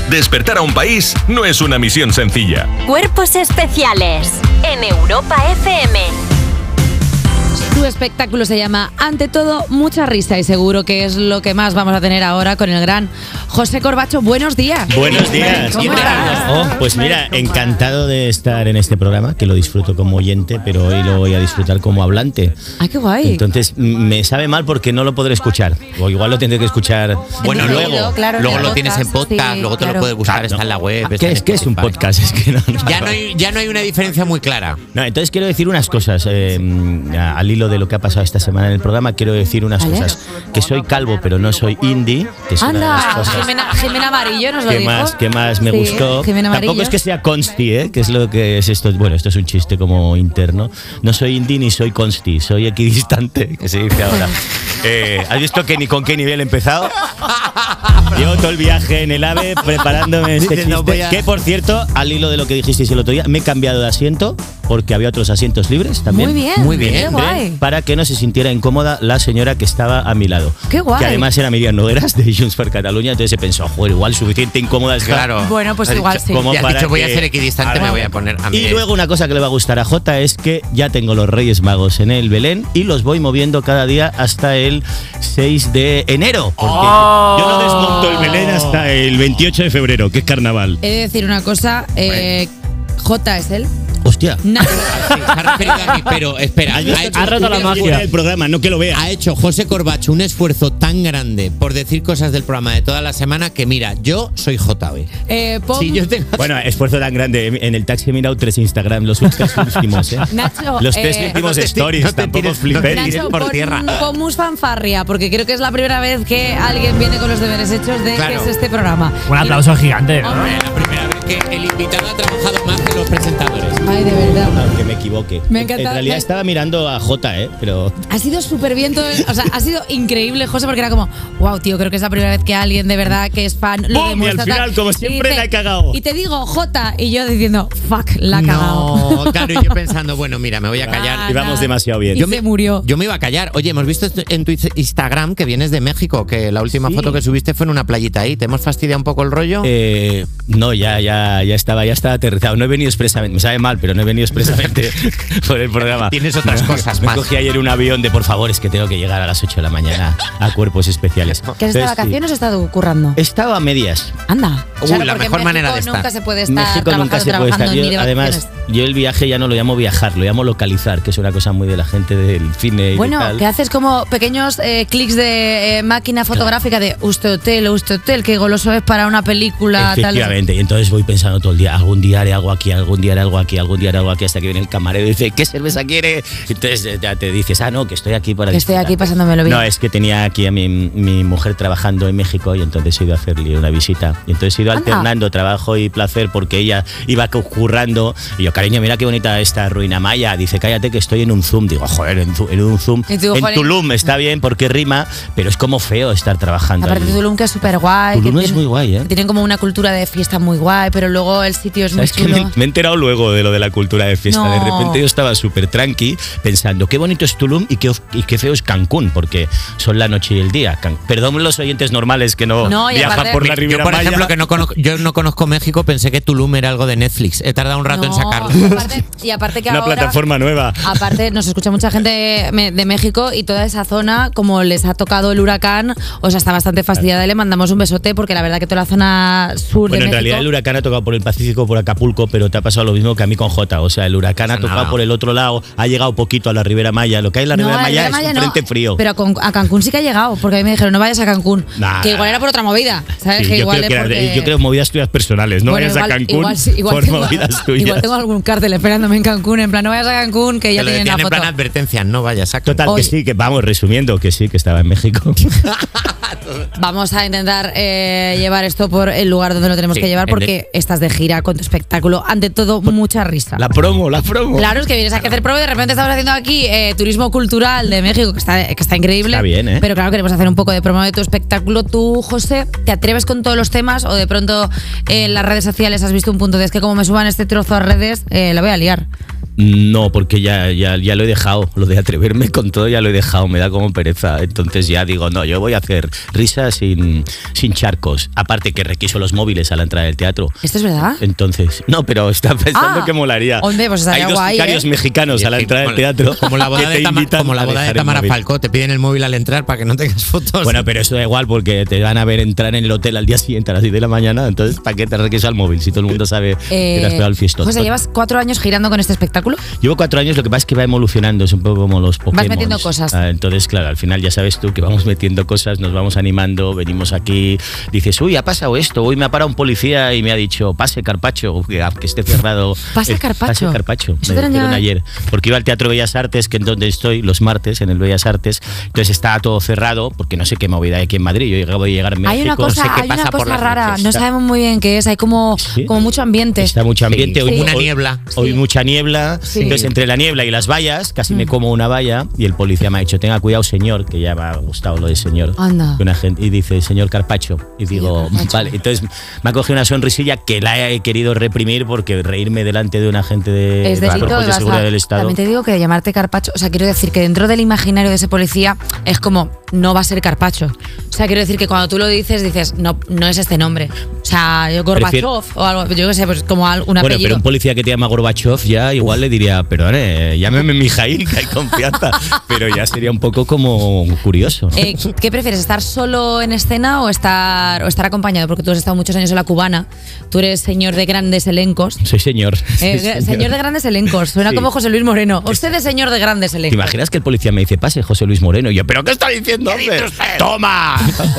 Despertar a un país no es una misión sencilla. Cuerpos especiales en Europa FM. Tu espectáculo se llama Ante todo, mucha risa, y seguro que es lo que más vamos a tener ahora con el gran José Corbacho. Buenos días. Buenos días. ¿Cómo estás? Pues mira, encantado de estar en este programa, que lo disfruto como oyente, pero hoy lo voy a disfrutar como hablante. ¡Ay, qué guay! Entonces me sabe mal porque no lo podré escuchar. O igual lo tendré que escuchar luego. Claro, luego lo tienes en podcast, sí, luego te claro. lo puedes buscar, está en la web. ¿Qué es un podcast? Es que Ya no hay una diferencia muy clara. No, entonces quiero decir unas cosas. Al hilo de lo que ha pasado esta semana en el programa, quiero decir unas cosas. Que soy calvo, pero no soy indie. Que es una de las cosas Jimena Amarillo nos lo dijo. que más me gustó. Tampoco es que sea consti, que es lo que es esto. Bueno, esto es un chiste como interno. No soy indie ni soy consti, soy equidistante, que se dice ahora. ¿Has visto con qué nivel he empezado? Llevo todo el viaje en el AVE preparándome este chiste. Que, por cierto, al hilo de lo que dijisteis el otro día, me he cambiado de asiento porque había otros asientos libres también. Muy bien. Qué guay. Para que no se sintiera incómoda la señora que estaba a mi lado. Qué guay. Que además era Miriam Nogueras de Junts per Catalunya. Entonces se pensó, joder, igual suficiente incómoda es. Claro. Bueno, pues igual sí. Como Ya has para dicho, voy a que- ser equidistante, me voy a poner a mí. Y luego una cosa que le va a gustar a Jota es que ya tengo los Reyes Magos en el Belén y los voy moviendo cada día hasta el 6 de enero. Porque yo no desmonto el Belén hasta el 28 de febrero, que es carnaval. He de decir una cosa, J es él. Hostia. Sí, se ha referido a mí, pero espera. Ha roto la magia del programa, no que lo vea. Ha hecho José Corbacho un esfuerzo tan grande por decir cosas del programa de toda la semana que, mira, yo soy J hoy. Sí, yo tengo... Bueno, esfuerzo tan grande. En el taxi he mirado 3 Instagram, los 3 últimos, Nacho, los 3 últimos stories, tampoco flipé. Nacho, por tierra. pon mus fanfarria, porque creo que es la primera vez que alguien viene con los deberes hechos de Claro. que es este programa. Un aplauso gigante, ¿no? Hombre, la primera vez que el invitado ha trabajado más que los presentadores. Ay, de verdad. Aunque me equivoque. Me encanta- En realidad estaba mirando a Jota, pero... Ha sido súper bien todo, o sea, ha sido increíble, José, porque era como, wow, tío, creo que es la primera vez que alguien de verdad que es fan lo ¡Bum! demuestra. Y al final, tal. como Y siempre, dice- la he cagado. Y te digo, Jota, y yo diciendo, fuck, la ha cagado. No, claro, y yo pensando, bueno, mira, me voy a callar. Y vamos demasiado bien. Y se murió. Yo me iba a callar. Oye, hemos visto en tu Instagram que vienes de México, que la última foto que subiste fue en una playita ahí. ¿Te hemos fastidiado un poco el rollo? No, ya estaba aterrizado. No he venido expresamente, me sabe mal, pero no he venido expresamente por el programa. Tienes otras cosas Me más. cogí ayer un avión de, por favor, es que tengo que llegar a las 8 de la mañana a Cuerpos Especiales. ¿Que has estado de Entonces, vacaciones o has estado currando? sí. Estaba a medias. Anda. Uy, Claro, la porque mejor en manera México de estar. nunca se puede estar México nunca se puede trabajando estar. ni de Además, vacaciones. yo el viaje ya no lo llamo viajar, lo llamo localizar, que es una cosa muy de la gente del cine y Bueno, de tal. que haces como pequeños clics de máquina fotográfica de usted hotel, qué goloso es para una película. Efectivamente, y entonces voy pensando todo el día, algún día haré algo aquí, algún día haré algo aquí, algún día haré algo aquí, hasta que viene el camarero y dice, ¿qué cerveza quiere? Entonces ya te dices, no, que estoy aquí para Que estoy disfrutar. aquí pasándomelo bien. No, es que tenía aquí a mi mujer trabajando en México y entonces he ido a hacerle una visita. Y entonces he ido Anda. alternando trabajo y placer porque ella iba currando. Y yo, cariño, mira qué bonita esta ruina maya. Dice, cállate que estoy en un Zoom. Digo, joder, en un Zoom. Y tú, En joder. Tulum está bien porque rima, pero es como feo estar trabajando. Aparte de allí. Tulum, que es súper guay. Tulum es muy guay, ¿eh? Tienen como una cultura de fiesta muy guay, pero luego el sitio es muy ¿Sabes que chulo. me he enterado luego de lo de la cultura de fiesta? No. De repente yo estaba súper tranqui pensando, qué bonito es Tulum y qué feo es Cancún, porque son la noche y el día. Perdón los oyentes normales que no, No, y viajan aparte- por la Yo, Riviera por Maya. ejemplo, yo no conozco México, pensé que Tulum era algo de Netflix. He tardado un rato en sacarlo. Y aparte que Una ahora, plataforma nueva. Aparte, nos escucha mucha gente de México y toda esa zona, como les ha tocado el huracán, o sea, está bastante fastidiada y le mandamos un besote porque la verdad que toda la zona sur Bueno, de en México... realidad el huracán ha tocado por el Pacífico, por Acapulco, pero te ha pasado lo mismo que a mí con Jota. O sea, el huracán ha Pasa tocado nada. por el otro lado, ha llegado poquito a la Riviera Maya. Lo que hay en la Riviera a Maya Riviera es Maya un no, frente frío. Pero a Cancún sí que ha llegado, porque a mí me dijeron, no vayas a Cancún. Nah. Que igual era por otra movida, ¿sabes? Sí, que yo igual creo que es porque... yo creo movidas tuyas personales, no Bueno, vayas a Cancún igual sí, por tengo, movidas tuyas. igual tengo algún cartel esperándome en Cancún, en plan, no vayas a Cancún, que ya Te lo tienen la decían en foto. plan advertencia, no vayas a Total, Oye. que sí, que vamos, resumiendo, que sí, que estaba en México. Vamos a intentar llevar esto por el lugar donde lo tenemos Sí, que llevar, en porque estás de gira con tu espectáculo. Ante todo, mucha risa. La promo. Claro, es que vienes aquí a hacer prueba y de repente estamos haciendo aquí turismo cultural de México, que está increíble. Está bien, ¿eh? Pero claro, queremos hacer un poco de promo de tu espectáculo. Tú, José, ¿te atreves con todos los temas o de pronto en las redes sociales has visto un punto de es que como me suban este trozo a redes, la voy a liar? No, porque ya lo he dejado. Lo de atreverme con todo ya lo he dejado. Me da como pereza. Entonces ya digo, no, yo voy a hacer risas sin charcos. Aparte que requiso los móviles a la entrada del teatro. ¿Esto es verdad? Entonces, no, pero está pensando que molaría. Hombre, pues hay dos sicarios mexicanos a la entrada del teatro. Como la boda de Tamara Falcó. Te piden el móvil al entrar para que no tengas fotos. Bueno, pero eso da igual porque te van a ver entrar en el hotel al día siguiente a las 10 de la mañana. Entonces, ¿para qué te requiso al móvil si todo el mundo sabe que te has pegado el fiestón? José, ¿llevas 4 años girando con este espectáculo? Llevo 4 años, lo que pasa es que va evolucionando, es un poco como los Pokémon. Vas metiendo cosas. Entonces, claro, al final ya sabes tú que vamos metiendo cosas, nos vamos animando, venimos aquí, dices, uy, ha pasado esto, hoy me ha parado un policía y me ha dicho, pase Carpacho, que esté cerrado. Pase Carpacho. Pase Carpacho, me dijeron ayer, porque iba al Teatro Bellas Artes, que es donde estoy los martes, en el Bellas Artes, entonces está todo cerrado, porque no sé qué movida hay aquí en Madrid, yo acabo de llegar en México. Hay una cosa, no sé qué pasa por las rara, noches. No sabemos muy bien qué es, hay como mucho ambiente. Está mucho ambiente, hoy una niebla. Hoy mucha niebla, entonces entre la niebla y las vallas, casi me como una valla y el policía me ha dicho, tenga cuidado señor, que ya me ha gustado lo de señor. Anda. Y dice, señor Carpacho. Y digo, vale, entonces me ha cogido una sonrisilla que la he querido reprimir porque reírme delante de un agente de cuerpos de seguridad del Estado. También te digo que llamarte Carpacho, o sea, quiero decir que dentro del imaginario de ese policía es como, no va a ser Carpacho. O sea, quiero decir que cuando tú lo dices, no es este nombre. O sea, yo Gorbachev o algo, yo qué sé, pues como un apellido. Bueno, pero un policía que te llama Gorbachev ya igual le diría, perdone, llámeme Mijail, que hay confianza. Pero ya sería un poco como curioso, ¿no? ¿Qué prefieres, estar solo en escena o estar acompañado? Porque tú has estado muchos años en La Cubana, tú eres señor de grandes elencos. Soy señor. Señor de grandes elencos, suena como José Luis Moreno. Usted es señor de grandes elencos. ¿Te imaginas que el policía me dice, pase José Luis Moreno? Y yo, ¿pero qué está diciendo? ¡Toma!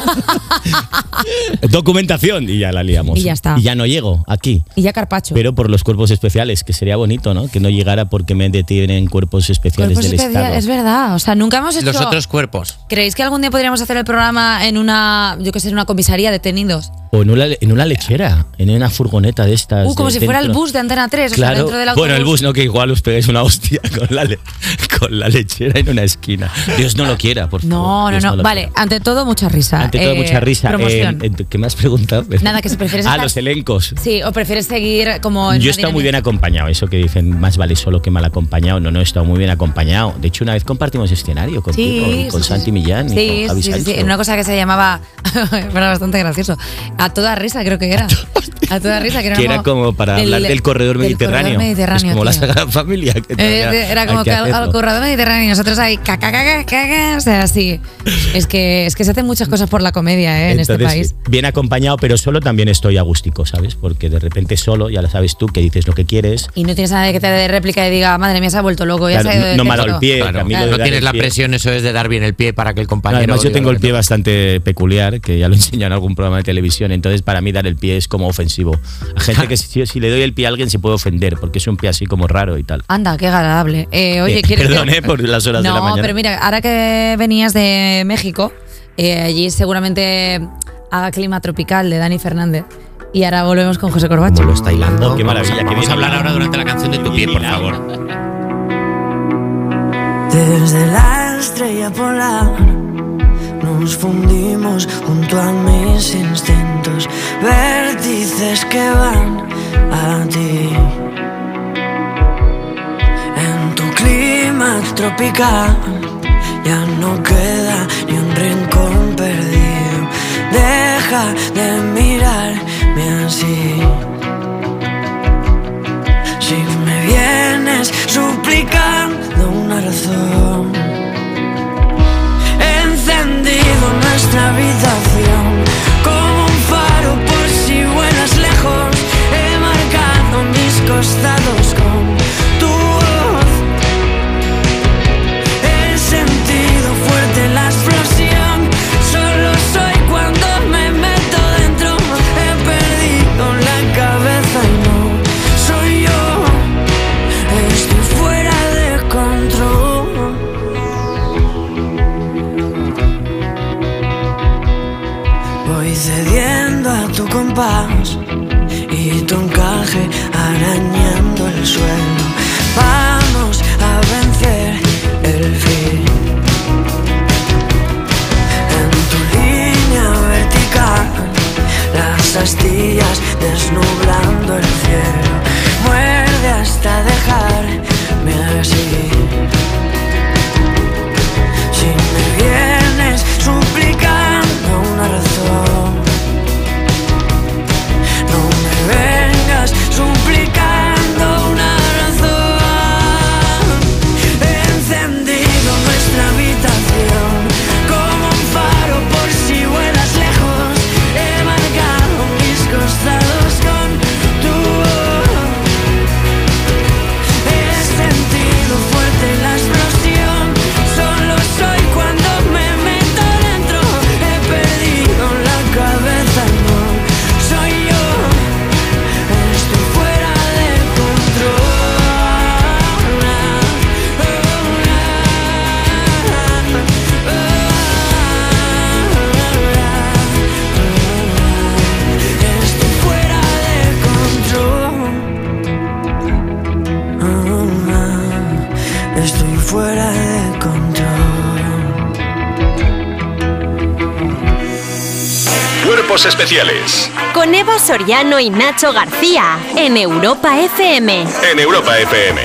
Documentación. Y ya la liamos. Y ya está. Y ya no llego aquí. Y ya Carpacho. Pero por los cuerpos especiales, que sería bonito, ¿no? Que no llegara porque me detienen cuerpos especiales del Estado. Es verdad, o sea, nunca hemos hecho... Los otros cuerpos. ¿Creéis que algún día podríamos hacer el programa en una, yo qué sé, en una comisaría de detenidos? O en una lechera, en una furgoneta de estas. Como si fuera el bus de Antena 3, claro. O sea, dentro del autobús. Bueno, el bus no, que igual os pegáis una hostia con la lechera en una esquina. Dios no lo quiera, por favor. No. Vale, ante todo, mucha risa. Ante todo, mucha risa. Promoción. ¿Qué me has preguntado? Nada, que si prefieres estar... los elencos. Sí, o prefieres seguir como... Yo he estado muy bien acompañado. Eso que dicen, más vale solo que mal acompañado. No, he estado muy bien acompañado. De hecho, una vez compartimos escenario contigo, con Santi Millán y con Javi Sancho. Sí, en una cosa que se llamaba... Era bastante gracioso. A toda risa, creo que era. A toda risa, que era como para hablar del corredor mediterráneo. Es como la Sagrada Familia. Era como que al corredor mediterráneo y nosotros ahí, o sea, sí. Es que se hacen muchas cosas por la comedia, en Entonces, este país. Bien acompañado, pero solo también estoy agústico, ¿sabes? Porque de repente solo, ya lo sabes tú, que dices lo que quieres. Y no tienes a nadie que te dé réplica y diga, madre mía, se ha vuelto loco. Ya claro, no me ha dado el pie. Claro, no tienes la presión, eso es de dar bien el pie para que el compañero... Además, yo tengo el pie bastante peculiar, que ya lo enseño en algún programa de televisión. Entonces, para mí, dar el pie es como ofensivo. A gente que si le doy el pie a alguien se puede ofender, porque es un pie así como raro y tal. Anda, qué agradable. Oye, perdón, por las horas de la mañana. No, pero mira, ahora que venías de México, allí seguramente haga clima tropical de Dani Fernández. Y ahora volvemos con José Corbacho. Como lo está hilando. Qué maravilla. Vamos a hablar ahora durante la canción de Tu Pie, por favor. Desde la estrella polar nos fundimos junto a mis instintos, vértices que van a ti. En tu clima tropical ya no queda ni un rincón perdido. Deja de mirarme así. Si me vienes suplicando una razón, he encendido nuestra habitación como un faro por si vuelas lejos. He marcado mis costados con tu voz. He sentido fuerte la explosión. Solo soy cuando me meto dentro. He perdido la cabeza y no soy yo. Estoy fuera de control. Voy cediendo a tu compás y tu encaje arañando el suelo. Vamos a vencer el fin. En tu línea vertical, las astillas desnublando el cielo. Muerde hasta dejar me hagas seguir. Si me vienes suplicando una razón, no me vengas suplicando una razón. He encendido nuestra habitación como un faro por si vuelas lejos. He marcado mis costados con tu voz. He sentido fuerte la explosión. Solo soy cuando me meto dentro. He perdido la cabeza, no soy yo. Estoy fuera de Estoy fuera de control. Estoy fuera de control. Cuerpos especiales Con Eva Soriano y Nacho García en Europa FM. en Europa FM.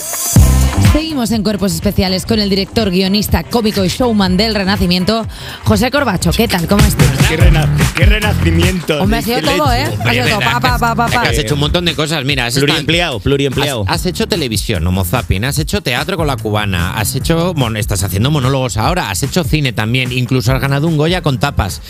Seguimos en Cuerpos Especiales con el director, guionista, cómico y showman del Renacimiento, José Corbacho. ¿Qué tal? ¿Cómo estás? Qué renacimiento. Hombre, ha sido todo, ¿eh? Ha sido todo. Has hecho un montón de cosas. Mira, Pluriempleado. Has hecho televisión, Homo Zapping, has hecho teatro con La Cubana, estás haciendo monólogos ahora, has hecho cine también, incluso has ganado un Goya con tapas.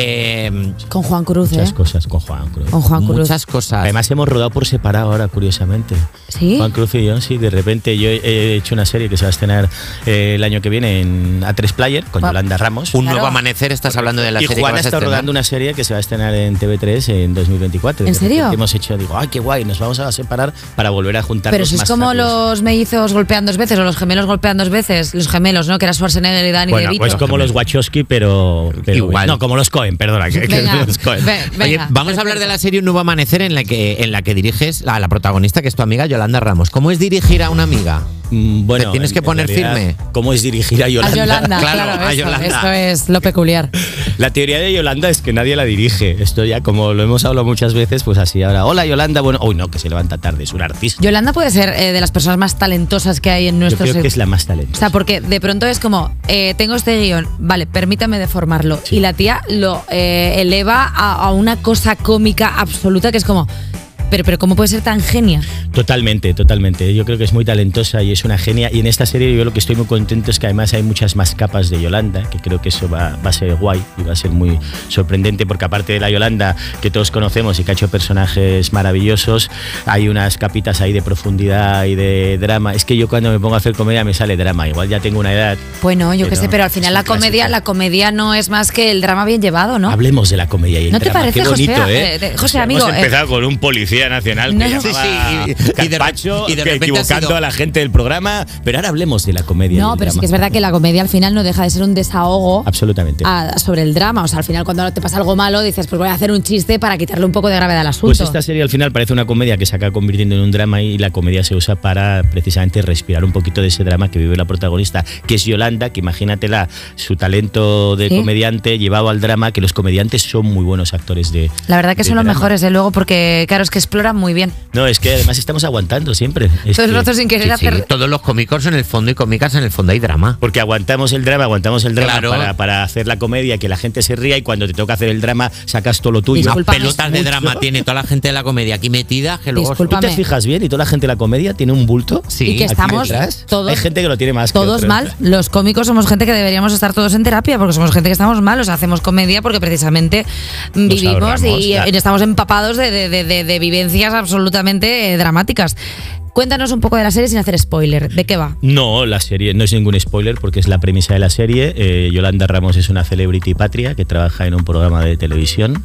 Con Juan Cruz, Muchas cosas con Juan Cruz. Con Juan Cruz. Muchas cosas. Además hemos rodado por separado ahora, curiosamente. ¿Sí? Juan Cruz y yo, sí. De repente yo he hecho una serie que se va a estrenar el año que viene en A3 Player con Yolanda Ramos. Un nuevo amanecer, estás hablando de la Y serie Juan que vas a está estrenar. rodando una serie que se va a estrenar en TV3 en 2024. ¿En serio? Hemos hecho, digo, ay, qué guay, nos vamos a separar para volver a juntarnos. Pero si es más como rápidos. los mellizos golpean dos veces o los gemelos golpean dos veces. Los gemelos, ¿no? Que era Schwarzenegger y Danny Bueno, DeVito. pues como los Wachowski, pero igual. No, como los Coen, perdona. Venga, los Coen. Oye, venga. vamos a hablar de la serie Un Nuevo Amanecer en la que diriges a la protagonista, que es tu amiga Yolanda Ramos. ¿Cómo es dirigir a una amiga? Bueno, Te tienes que en poner realidad, firme. ¿Cómo es dirigir a Yolanda? A Yolanda, Claro, claro, a eso, Yolanda. eso es lo peculiar. La teoría de Yolanda es que nadie la dirige. Esto ya, como lo hemos hablado muchas veces, pues así ahora. Hola, Yolanda. Bueno, uy, no, que se levanta tarde, es un artista. Yolanda puede ser de las personas más talentosas que hay en Yo nuestro creo que es la más O talentosa. sea, porque de pronto es como, tengo este guión, vale, permítame deformarlo. Sí. Y la tía lo eleva a una cosa cómica absoluta que es como, pero ¿cómo puede ser tan genia? Totalmente, totalmente. Yo creo que es muy talentosa y es una genia. Y en esta serie yo lo que estoy muy contento es que además hay muchas más capas de Yolanda, que creo que eso va a ser guay y va a ser muy sorprendente, porque aparte de la Yolanda que todos conocemos y que ha hecho personajes maravillosos, hay unas capitas ahí de profundidad y de drama. Es que yo cuando me pongo a hacer comedia me sale drama. Igual ya tengo una edad. Bueno, yo qué sé, pero al final es un clásico. la comedia no es más que el drama bien llevado, ¿no? Hablemos de la comedia y el ¿No te drama. parece, Qué bonito, José? ¿eh? José, amigo, Hemos empezado con un policía nacional No. que Sí, llamaba sí, Carpaccio, y de repente equivocando ha sido- a la gente del programa. Pero ahora hablemos de la comedia. y No, el pero sí drama. que es verdad que la comedia al final no deja de ser un desahogo Absolutamente. sobre el drama. O sea, al final cuando te pasa algo malo dices, pues voy a hacer un chiste para quitarle un poco de gravedad al asunto. Pues esta serie al final parece una comedia que se acaba convirtiendo en un drama, y la comedia se usa para precisamente respirar un poquito de ese drama que vive la protagonista, que es Yolanda, que imagínatela, su talento de ¿Sí? comediante llevado al drama, que los comediantes son muy buenos actores de La verdad que de son los drama. mejores, luego, porque claro, es que exploran muy bien. No, es que además estamos aguantando siempre. Es Todos que- nosotros sin querer Sí, hacer... todos los cómicos en el fondo y cómicas en el fondo hay drama. Porque aguantamos el drama Claro. para hacer la comedia, que la gente se ría, y cuando te toca hacer el drama sacas todo lo tuyo. Unas Discúlpame. pelotas de drama tiene toda la gente de la comedia aquí metida que luego... Disculpa. ¿Tú te fijas bien y toda la gente de la comedia tiene un bulto? Sí. Y que aquí estamos detrás? todos... Hay gente que lo tiene más que Todos otros. mal. Los cómicos somos gente que deberíamos estar todos en terapia porque somos gente que estamos mal. O sea, hacemos comedia porque precisamente vivimos ahorramos, y claro. estamos empapados de vivencias absolutamente dramáticas. Cuéntanos un poco de la serie sin hacer spoiler. ¿De qué va? No, la serie no es ningún spoiler porque es la premisa de la serie. Yolanda Ramos es una celebrity patria que trabaja en un programa de televisión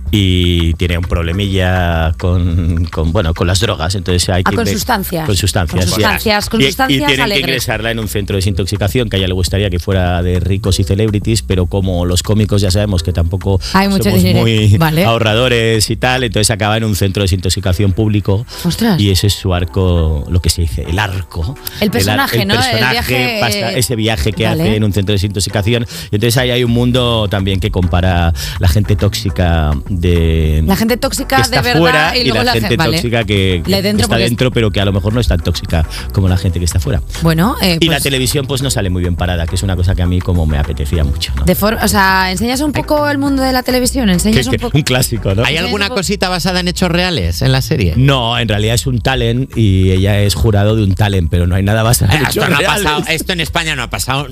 y tiene un problemilla con las drogas. Entonces hay que con sustancias. Con sustancias. Con sustancias, con Y sustancias tienen que alegres. ingresarla en un centro de desintoxicación, que a ella le gustaría que fuera de ricos y celebrities, pero como los cómicos ya sabemos que tampoco Hay mucho somos dinero. muy Vale. ahorradores y tal, entonces acaba en un centro de desintoxicación público. Ostras. Y ese es su arco, lo que se dice, el arco. El personaje, ¿no? El personaje viaje- pasa ese viaje que Vale. hace en un centro de desintoxicación. Y entonces ahí hay un mundo también que compara la gente tóxica la gente tóxica que está de verdad fuera y luego la gente tóxica que está dentro, pero que a lo mejor no es tan tóxica como la gente que está fuera. Bueno, y la televisión pues no sale muy bien parada, que es una cosa que a mí como me apetecía mucho, ¿no? O sea, ¿enseñas un poco el mundo de la televisión? ¿Enseñas un poco? Un clásico, ¿no? ¿Hay alguna cosita basada en hechos reales en la serie? No, en realidad es un talent y ella es jurado de un talent, pero no hay nada basado en hechos reales. Esto en España no ha pasado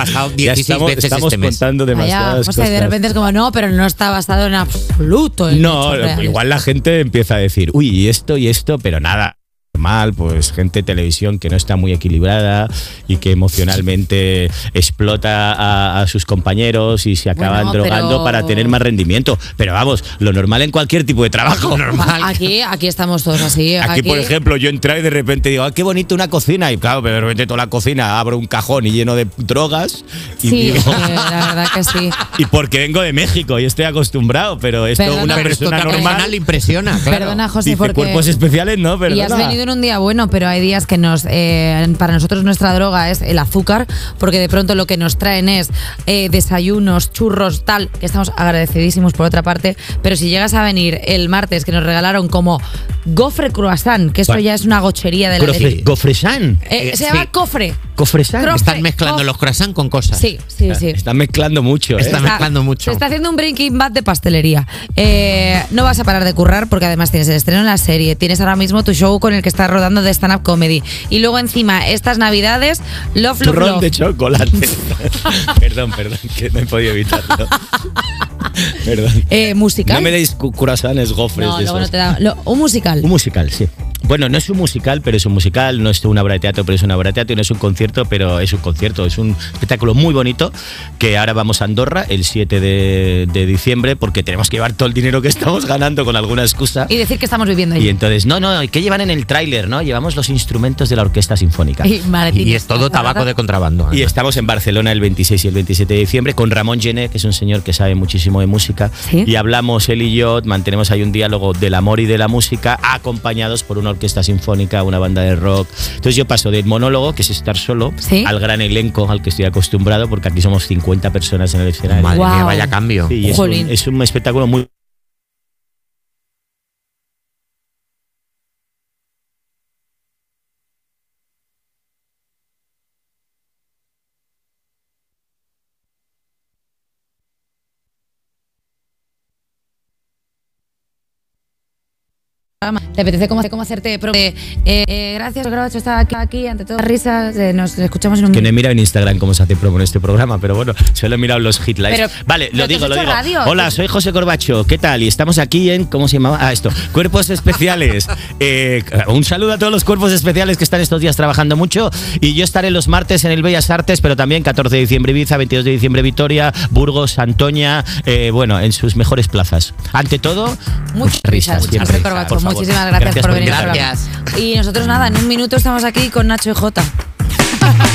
16 veces estamos este mes. Contando demasiadas cosas. Y de repente es como, no, pero no está basado en absoluto en no, hechos reales. Igual la gente empieza a decir, uy, y esto, pero nada. Mal, pues gente de televisión que no está muy equilibrada y que emocionalmente explota a sus compañeros y se acaban drogando para tener más rendimiento. Pero vamos, lo normal en cualquier tipo de trabajo. Normal. Aquí estamos todos así. Aquí, por ejemplo, yo entré y de repente digo, qué bonito una cocina. Y claro, pero de repente toda la cocina abro un cajón y lleno de drogas. Y sí, digo, la verdad que sí. Y porque vengo de México y estoy acostumbrado, pero esto Perdona, una persona normal le impresiona. Claro. Perdona, José, dice, porque cuerpos especiales, ¿no? Perdona. Y has venido en un día bueno, pero hay días que para nosotros nuestra droga es el azúcar, porque de pronto lo que nos traen es desayunos, churros, tal, que estamos agradecidísimos por otra parte, pero si llegas a venir el martes que nos regalaron como gofre croissant, que eso ya es una gochería de la leche. ¿Gofresán? Se llama cofre. ¿Cofresán? Están mezclando los croissants con cosas. Sí. Están mezclando mucho, Están mezclando mucho. Se está haciendo un Breaking Bad de pastelería. No vas a parar de currar porque además tienes el estreno en la serie, tienes ahora mismo tu show con el que estás rodando de stand-up comedy y luego encima estas navidades Love. Turrón de chocolate. Perdón, que no he podido evitarlo. Perdón. ¿Musical? No me deis croissants, gofres. No, de luego esos. no te da. Un musical. Un musical, sí. Bueno, no es un musical, pero es un musical. No es una obra de teatro, pero es una obra de teatro. Y no es un concierto, pero es un concierto. Es un espectáculo muy bonito que ahora vamos a Andorra el 7 de diciembre porque tenemos que llevar todo el dinero que estamos ganando con alguna excusa. Y decir que estamos viviendo ahí. Y entonces, ¿qué llevan en el tráiler? ¿No? Llevamos los instrumentos de la Orquesta Sinfónica. Y es todo tabaco de contrabando. Y estamos en Barcelona el 26 y el 27 de diciembre con Ramón Gené, que es un señor que sabe muchísimo de música. ¿Sí? Y hablamos él y yo, mantenemos ahí un diálogo del amor y de la música, acompañados por una orquesta sinfónica, una banda de rock. Entonces yo paso del monólogo, que es estar solo, ¿sí? al gran elenco al que estoy acostumbrado, porque aquí somos 50 personas en el escenario. Madre mía, vaya cambio. Sí, es un espectáculo muy... ¿Te apetece cómo hacerte? Gracias, Groucho, está aquí, ante todo, risas. Nos escuchamos en un Que no he mirado en Instagram cómo se hace promo en este programa, pero bueno, solo he mirado los hitlines. Vale, lo digo. Radio. Hola, soy José Corbacho, ¿qué tal? Y estamos aquí en, ¿cómo se llamaba? Cuerpos Especiales. Un saludo a todos los cuerpos especiales que están estos días trabajando mucho. Y yo estaré los martes en el Bellas Artes, pero también 14 de diciembre Ibiza, 22 de diciembre Vitoria, Burgos, Antoña, en sus mejores plazas. Ante todo, muchas risas. José Corbacho, muchísimas gracias por venir. Gracias. Y nosotros nada, en un minuto estamos aquí con Nacho y Jota.